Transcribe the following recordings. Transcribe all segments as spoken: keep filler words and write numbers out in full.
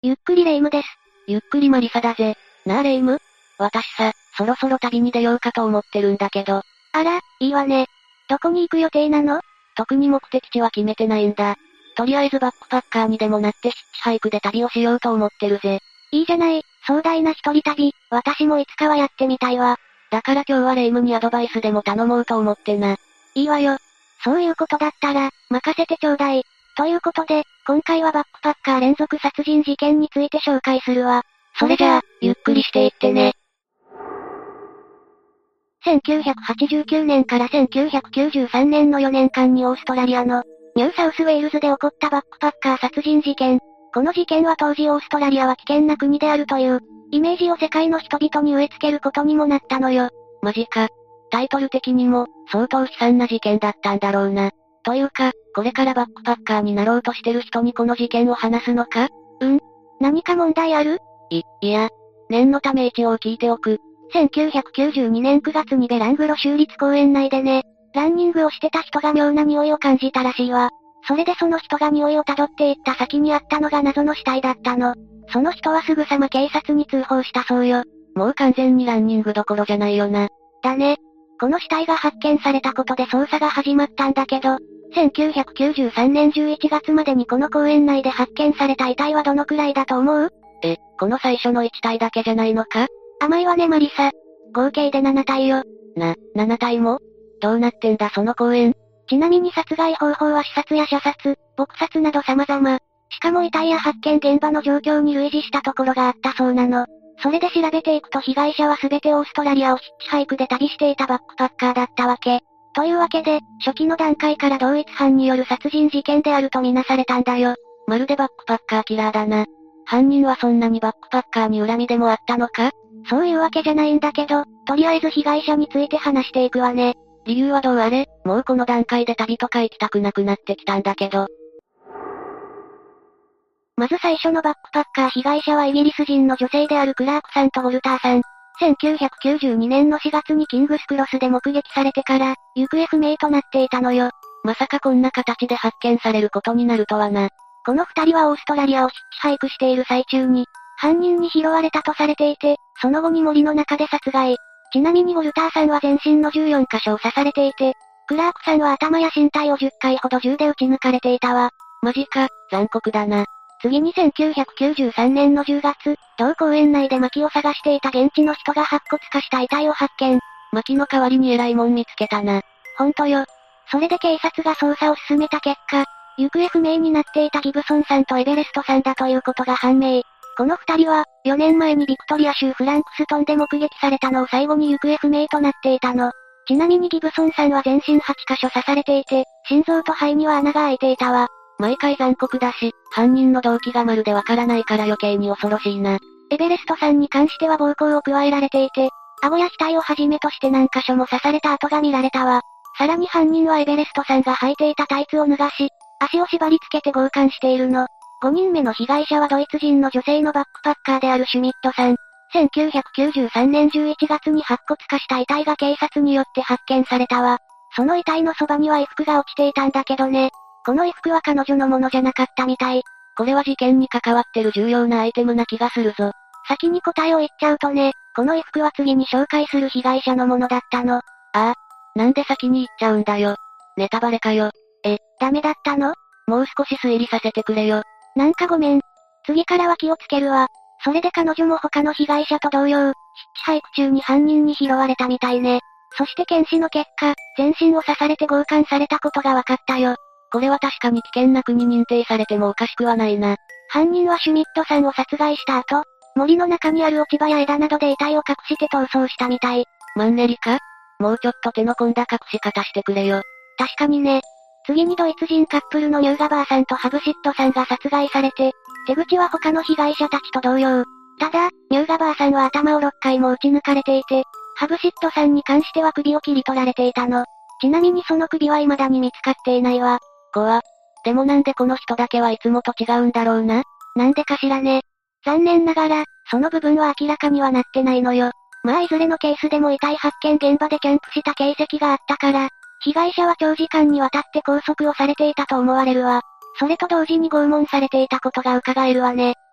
ゆっくりレ夢ムです。 ゆっくりマリサだぜ。なあレ夢ム？私さ、そろそろ旅に出ようかと思ってるんだけど。 あら、いいわね。どこに行く予定なの？ 特に目的地は決めてないんだ。とりあえずバックパッカーにでもなってヒッチハイクで旅をしようと思ってるぜ。 いいじゃない、壮大な一人旅、私もいつかはやってみたいわ。 だから今日はレ夢ムにアドバイスでも頼もうと思ってな。 いいわよ。そういうことだったら、任せてちょうだい。ということで、今回はバックパッカー連続殺人事件について紹介するわ。 それじゃあ、ゆっくりしていってね。 せんきゅうひゃくはちじゅうきゅうねんからせんきゅうひゃくきゅうじゅうさんねんのよねんかんにオーストラリアのニューサウスウェールズで起こったバックパッカー殺人事件。この事件は当時オーストラリアは危険な国であるというイメージを世界の人々に植え付けることにもなったのよ。 マジか。タイトル的にも、相当悲惨な事件だったんだろうな。というか、これからバックパッカーになろうとしてる人にこの事件を話すのか？ うん？何か問題ある？ い、いや、念のため一応聞いておく。 せんきゅうひゃくきゅうじゅうにねんくがつにベラングロ州立公園内でね、ランニングをしてた人が妙な匂いを感じたらしいわ。それでその人が匂いを辿っていった先にあったのが謎の死体だったの。その人はすぐさま警察に通報したそうよ。 もう完全にランニングどころじゃないよな。 だね。この死体が発見されたことで捜査が始まったんだけど、せんきゅうひゃくきゅうじゅうさんねんじゅういちがつまでにこの公園内で発見された遺体はどのくらいだと思う？ え、この最初のいち体だけじゃないのか？ 甘いわねマリサ。合計でななたいよ。 な、なな体も？どうなってんだその公園？ ちなみに殺害方法は刺殺や射殺、撲殺など様々。しかも遺体や発見現場の状況に類似したところがあったそうなの。それで調べていくと被害者は全てオーストラリアをヒッチハイクで旅していたバックパッカーだったわけ。というわけで、初期の段階から同一犯による殺人事件であるとみなされたんだよ。 まるでバックパッカーキラーだな。犯人はそんなにバックパッカーに恨みでもあったのか？ そういうわけじゃないんだけど、とりあえず被害者について話していくわね。 理由はどうあれ、もうこの段階で旅とか行きたくなくなってきたんだけど。 まず最初のバックパッカー被害者はイギリス人の女性であるクラークさんとウォルターさん。せんきゅうひゃくきゅうじゅうにねんのしがつにキングスクロスで目撃されてから、行方不明となっていたのよ。 まさかこんな形で発見されることになるとはな。 この二人はオーストラリアをヒッチハイクしている最中に、犯人に拾われたとされていて、その後に森の中で殺害。ちなみにウォルターさんは全身のじゅうよんかしょを刺されていて、クラークさんは頭や身体をじゅっかいほど銃で撃ち抜かれていたわ。 マジか、残酷だな。 次にせんきゅうひゃくきゅうじゅうさんねんのじゅうがつ、同公園内で薪を探していた現地の人が白骨化した遺体を発見。 薪の代わりに偉いもん見つけたな。 ほんとよ。それで警察が捜査を進めた結果、行方不明になっていたギブソンさんとエベレストさんだということが判明。この二人は、よねんまえにビクトリア州フランクストンで目撃されたのを最後に行方不明となっていたの。ちなみにギブソンさんは全身はちかしょ刺されていて、心臓と肺には穴が開いていたわ。 毎回残酷だし、犯人の動機がまるでわからないから余計に恐ろしいな。 エベレストさんに関しては暴行を加えられていて、顎や額をはじめとして何箇所も刺された跡が見られたわ。さらに犯人はエベレストさんが履いていたタイツを脱がし、足を縛り付けて強姦しているの。ごにんめの被害者はドイツ人の女性のバックパッカーであるシュミットさん。せんきゅうひゃくきゅうじゅうさんねんじゅういちがつに白骨化した遺体が警察によって発見されたわ。その遺体のそばには衣服が落ちていたんだけどね。この衣服は彼女のものじゃなかったみたい。 これは事件に関わってる重要なアイテムな気がするぞ。 先に答えを言っちゃうとね、この衣服は次に紹介する被害者のものだったの。ああ。なんで先に言っちゃうんだよ。ネタバレかよ。 え、ダメだったの？ もう少し推理させてくれよ。 なんかごめん。次からは気をつけるわ。それで彼女も他の被害者と同様、ヒッチハイク中に犯人に拾われたみたいね。そして検視の結果、全身を刺されて強姦されたことが分かったよ。 これは確かに危険な国認定されてもおかしくはないな。 犯人はシュミットさんを殺害した後、森の中にある落ち葉や枝などで遺体を隠して逃走したみたい。 マンネリか？もうちょっと手の込んだ隠し方してくれよ。 確かにね。次にドイツ人カップルのニューガバーさんとハブシットさんが殺害されて、手口は他の被害者たちと同様。ただ、ニューガバーさんは頭をろっかいも撃ち抜かれていて、ハブシットさんに関しては首を切り取られていたの。ちなみにその首は未だに見つかっていないわ。 怖。でもなんでこの人だけはいつもと違うんだろうな。 なんでかしらね。残念ながら、その部分は明らかにはなってないのよ。まあいずれのケースでも遺体発見現場でキャンプした形跡があったから、被害者は長時間にわたって拘束をされていたと思われるわ。それと同時に拷問されていたことが伺えるわね。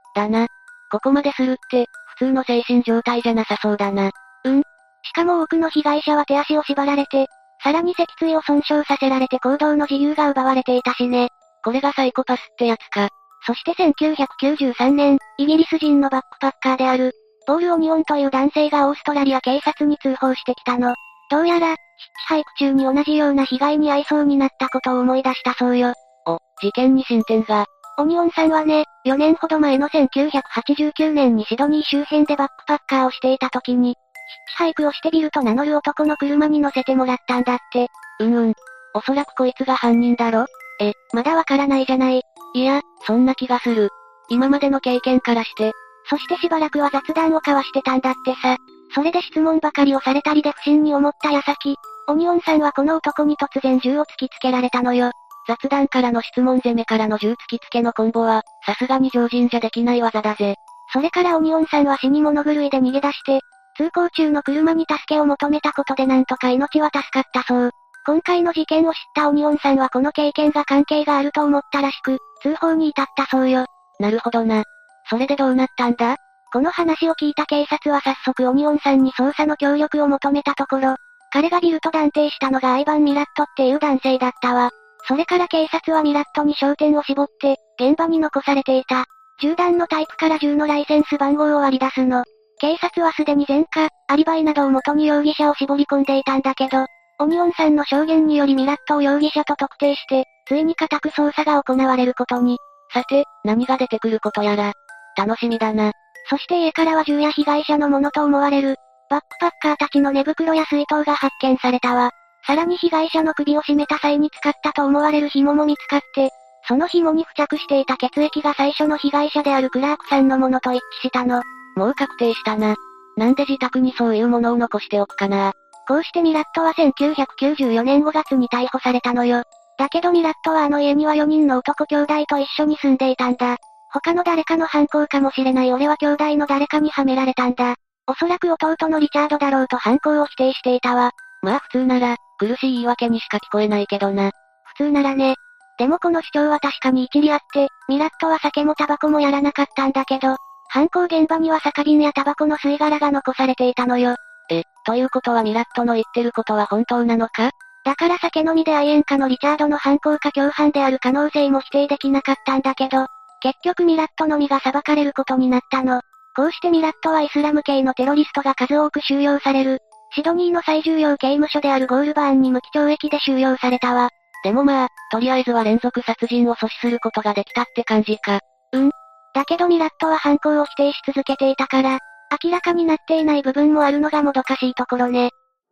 だな。ここまでするって、普通の精神状態じゃなさそうだな。 うん。しかも多くの被害者は手足を縛られて、さらに脊椎を損傷させられて行動の自由が奪われていたしね。 これがサイコパスってやつか。 そしてせんきゅうひゃくきゅうじゅうさんねん、イギリス人のバックパッカーである、ポール・オニオンという男性がオーストラリア警察に通報してきたの。どうやら、ヒッチハイク中に同じような被害に遭いそうになったことを思い出したそうよ。 お、事件に進展が。 オニオンさんはね、よねんほど前のせんきゅうひゃくはちじゅうきゅうねんにシドニー周辺でバックパッカーをしていた時に、ヒッチハイクをしてビルと名乗る男の車に乗せてもらったんだって。 うんうん。おそらくこいつが犯人だろ？ え、まだわからないじゃない。 いや、そんな気がする。今までの経験からして。 そしてしばらくは雑談を交わしてたんだってさ。それで質問ばかりをされたりで不審に思った矢先、オニオンさんはこの男に突然銃を突きつけられたのよ。 雑談からの質問攻めからの銃突きつけのコンボは、さすがに常人じゃできない技だぜ。 それからオニオンさんは死に物狂いで逃げ出して、通行中の車に助けを求めたことでなんとか命は助かったそう。今回の事件を知ったオニオンさんはこの経験が関係があると思ったらしく、通報に至ったそうよ。 なるほどな。それでどうなったんだ？ この話を聞いた警察は早速オニオンさんに捜査の協力を求めたところ、彼がビルと断定したのがアイバン・ミラットっていう男性だったわ。それから警察はミラットに焦点を絞って、現場に残されていた、銃弾のタイプから銃のライセンス番号を割り出すの。警察はすでに前科、アリバイなどを元に容疑者を絞り込んでいたんだけど、オニオンさんの証言によりミラットを容疑者と特定して、ついに家宅捜査が行われることに。 さて、何が出てくることやら。楽しみだな。 そして家からは銃や被害者のものと思われる、バックパッカーたちの寝袋や水筒が発見されたわ。さらに被害者の首を絞めた際に使ったと思われる紐も見つかって、その紐に付着していた血液が最初の被害者であるクラークさんのものと一致したの。 もう確定したな。なんで自宅にそういうものを残しておくかな。 こうしてミラットはせんきゅうひゃくきゅうじゅうよねんごがつに逮捕されたのよ。だけどミラットはあの家にはよにんの男兄弟と一緒に住んでいたんだ。他の誰かの犯行かもしれない俺は兄弟の誰かにはめられたんだ。おそらく弟のリチャードだろうと犯行を否定していたわ。 まあ普通なら、苦しい言い訳にしか聞こえないけどな。 普通ならね。でもこの主張は確かに一理あって、ミラットは酒もタバコもやらなかったんだけど、犯行現場には酒瓶やタバコの吸い殻が残されていたのよ。 え、ということはミラットの言ってることは本当なのか？ だから酒飲みで愛煙家のリチャードの犯行か共犯である可能性も否定できなかったんだけど、結局ミラットのみが裁かれることになったの。こうしてミラットはイスラム系のテロリストが数多く収容される、シドニーの最重要刑務所であるゴールバーンに無期懲役で収容されたわ。 でもまあ、とりあえずは連続殺人を阻止することができたって感じか。 うん。だけどミラットは犯行を否定し続けていたから、明らかになっていない部分もあるのがもどかしいところね。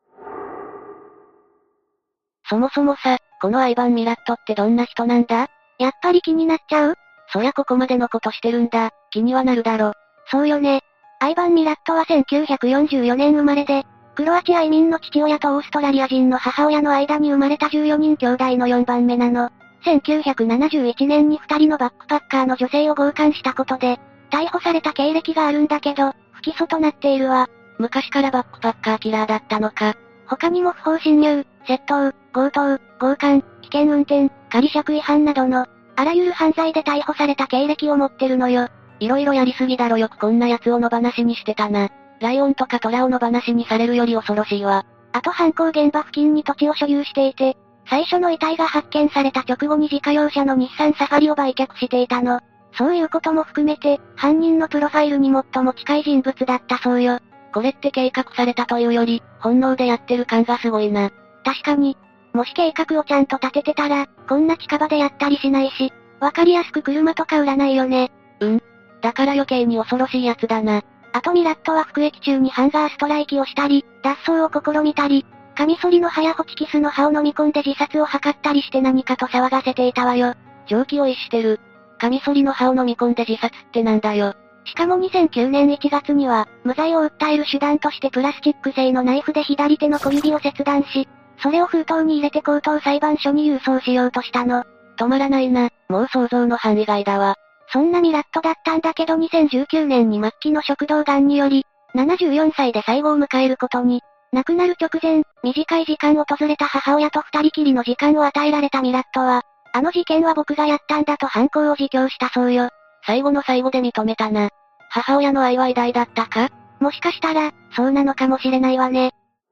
そもそもさ、このアイバン・ミラットってどんな人なんだ？ やっぱり気になっちゃう？ そりゃここまでのことしてるんだ、気にはなるだろ。 そうよね。アイバン・ミラットはせんきゅうひゃくよんじゅうよねん生まれで、クロアチア移民の父親とオーストラリア人の母親の間に生まれたじゅうよにん兄弟のよんばんめなの。せんきゅうひゃくななじゅういちねんにふたりのバックパッカーの女性を強姦したことで、逮捕された経歴があるんだけど、不起訴となっているわ。 昔からバックパッカーキラーだったのか。 他にも不法侵入、窃盗、強盗、強姦、危険運転、仮釈違反などの、あらゆる犯罪で逮捕された経歴を持ってるのよ。 いろいろやりすぎだろよくこんな奴を野放しにしてたな。ライオンとかトラを野放しにされるより恐ろしいわ。 あと犯行現場付近に土地を所有していて、最初の遺体が発見された直後に自家用車の日産サファリを売却していたの。そういうことも含めて、犯人のプロファイルに最も近い人物だったそうよ。 これって計画されたというより、本能でやってる感がすごいな。 確かに。もし計画をちゃんと立ててたら、こんな近場でやったりしないし、わかりやすく車とか売らないよね。 うん。だから余計に恐ろしい奴だな。 あとミラットは服役中にハンガーストライキをしたり、脱走を試みたり、カミソリの刃やホチキスの刃を飲み込んで自殺を図ったりして何かと騒がせていたわよ。 常軌を逸してる。カミソリの刃を飲み込んで自殺ってなんだよ。 しかもにせんきゅうねんいちがつには、無罪を訴える手段としてプラスチック製のナイフで左手の小指を切断し、それを封筒に入れて高等裁判所に郵送しようとしたの。 止まらないな、もう想像の範囲外だわ。 そんなミラットだったんだけどにせんじゅうきゅうねんに末期の食道癌により、ななじゅうよんさいで最後を迎えることに、亡くなる直前、短い時間訪れた母親と二人きりの時間を与えられたミラットは、あの事件は僕がやったんだと犯行を自供したそうよ。 最後の最後で認めたな。母親の愛は偉大だったか？ もしかしたら、そうなのかもしれないわね。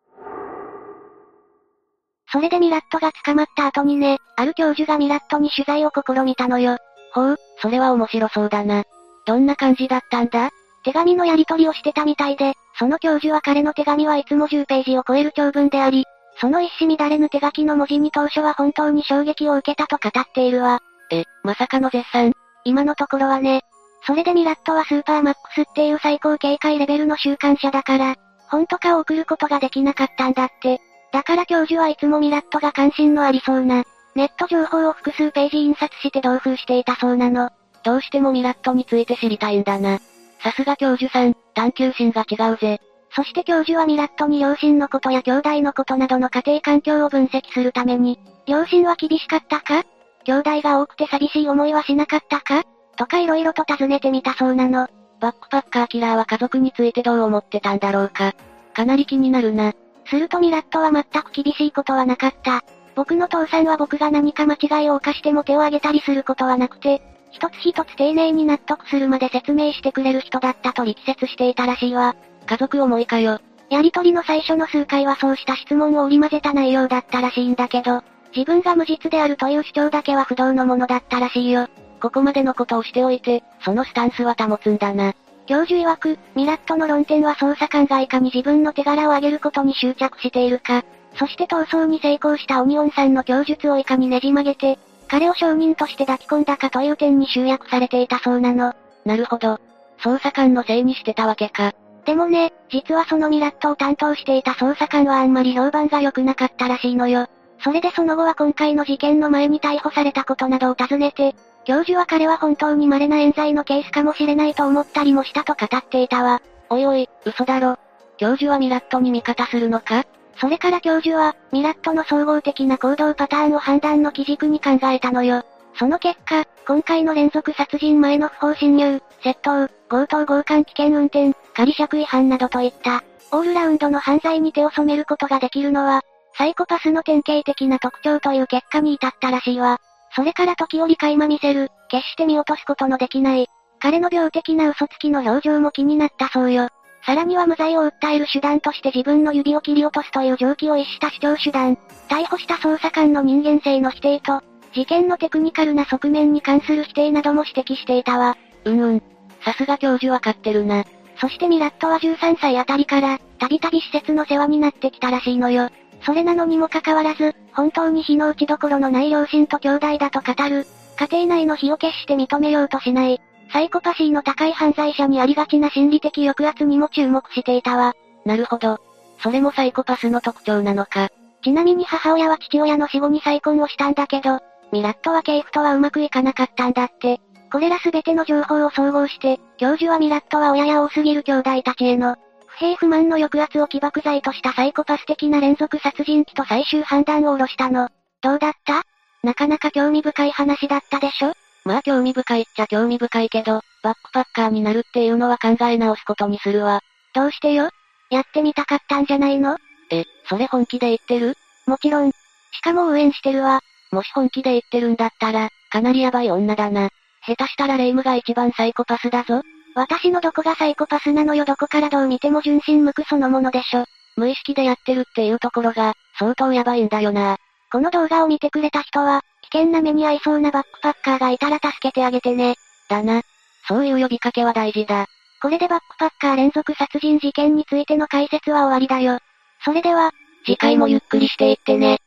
それでミラットが捕まった後にね、ある教授がミラットに取材を試みたのよ。 ほう、それは面白そうだな。どんな感じだったんだ？ 手紙のやり取りをしてたみたいで、その教授は彼の手紙はいつもじゅうページを超える長文であり、その一糸乱れぬ手書きの文字に当初は本当に衝撃を受けたと語っているわ。 え、まさかの絶賛？ 今のところはね。それでミラットはスーパーマックスっていう最高警戒レベルの習慣者だから、本とかを送ることができなかったんだって。だから教授はいつもミラットが関心のありそうな、ネット情報を複数ページ印刷して同封していたそうなの。 どうしてもミラットについて知りたいんだな。さすが教授さん、探求心が違うぜ。 そして教授はミラットに両親のことや兄弟のことなどの家庭環境を分析するために、両親は厳しかったか？兄弟が多くて寂しい思いはしなかったか？とか色々と尋ねてみたそうなの。 バックパッカーキラーは家族についてどう思ってたんだろうか。かなり気になるな。 するとミラットは全く厳しいことはなかった。僕の父さんは僕が何か間違いを犯しても手を挙げたりすることはなくて、一つ一つ丁寧に納得するまで説明してくれる人だったと力説していたらしいわ。 家族思いかよ。 やりとりの最初の数回はそうした質問を織り交ぜた内容だったらしいんだけど、自分が無実であるという主張だけは不動のものだったらしいよ。 ここまでのことをしておいて、そのスタンスは保つんだな。 教授曰く、ミラットの論点は捜査官がいかに自分の手柄を上げることに執着しているか、そして逃走に成功したオニオンさんの供述をいかにねじ曲げて、彼を証人として抱き込んだかという点に集約されていたそうなの。 なるほど。捜査官のせいにしてたわけか。 でもね、実はそのミラットを担当していた捜査官はあんまり評判が良くなかったらしいのよ。それでその後は今回の事件の前に逮捕されたことなどを尋ねて、教授は彼は本当に稀な冤罪のケースかもしれないと思ったりもしたと語っていたわ。 おいおい、嘘だろ。教授はミラットに味方するのか？ それから教授は、ミラットの総合的な行動パターンを判断の基軸に考えたのよ。その結果、今回の連続殺人前の不法侵入、窃盗、強盗強姦危険運転、仮釈違反などといった、オールラウンドの犯罪に手を染めることができるのは、サイコパスの典型的な特徴という結果に至ったらしいわ。それから時折垣間見せる、決して見落とすことのできない、彼の病的な嘘つきの表情も気になったそうよ。さらには無罪を訴える手段として自分の指を切り落とすという常軌を逸した主張手段、逮捕した捜査官の人間性の否定と、事件のテクニカルな側面に関する否定なども指摘していたわ。 うんうん。さすが教授わかってるな。 そしてミラットはじゅうさんさいあたりから、たびたび施設の世話になってきたらしいのよ。それなのにもかかわらず、本当に非の打ちどころのない両親と兄弟だと語る。家庭内の非を決して認めようとしない。サイコパシーの高い犯罪者にありがちな心理的抑圧にも注目していたわ。 なるほど。それもサイコパスの特徴なのか。 ちなみに母親は父親の死後に再婚をしたんだけど、ミラットは系譜とはうまくいかなかったんだって。これらすべての情報を総合して、教授はミラットは親や多すぎる兄弟たちへの、不平不満の抑圧を起爆剤としたサイコパス的な連続殺人鬼と最終判断を下ろしたの。どうだった？なかなか興味深い話だったでしょ？ まあ興味深いっちゃ興味深いけど、バックパッカーになるっていうのは考え直すことにするわ。 どうしてよ？やってみたかったんじゃないの？ え、それ本気で言ってる？ もちろん。しかも応援してるわ。 もし本気で言ってるんだったら、かなりヤバい女だな。下手したらレイムが一番サイコパスだぞ。 私のどこがサイコパスなのよ。どこからどう見ても純真無垢そのものでしょ。 無意識でやってるっていうところが、相当ヤバいんだよな。 この動画を見てくれた人は、危険な目に遭いそうなバックパッカーがいたら助けてあげてね。 だな。そういう呼びかけは大事だ。 これでバックパッカー連続殺人事件についての解説は終わりだよ。それでは、 次回もゆっくりしていってね。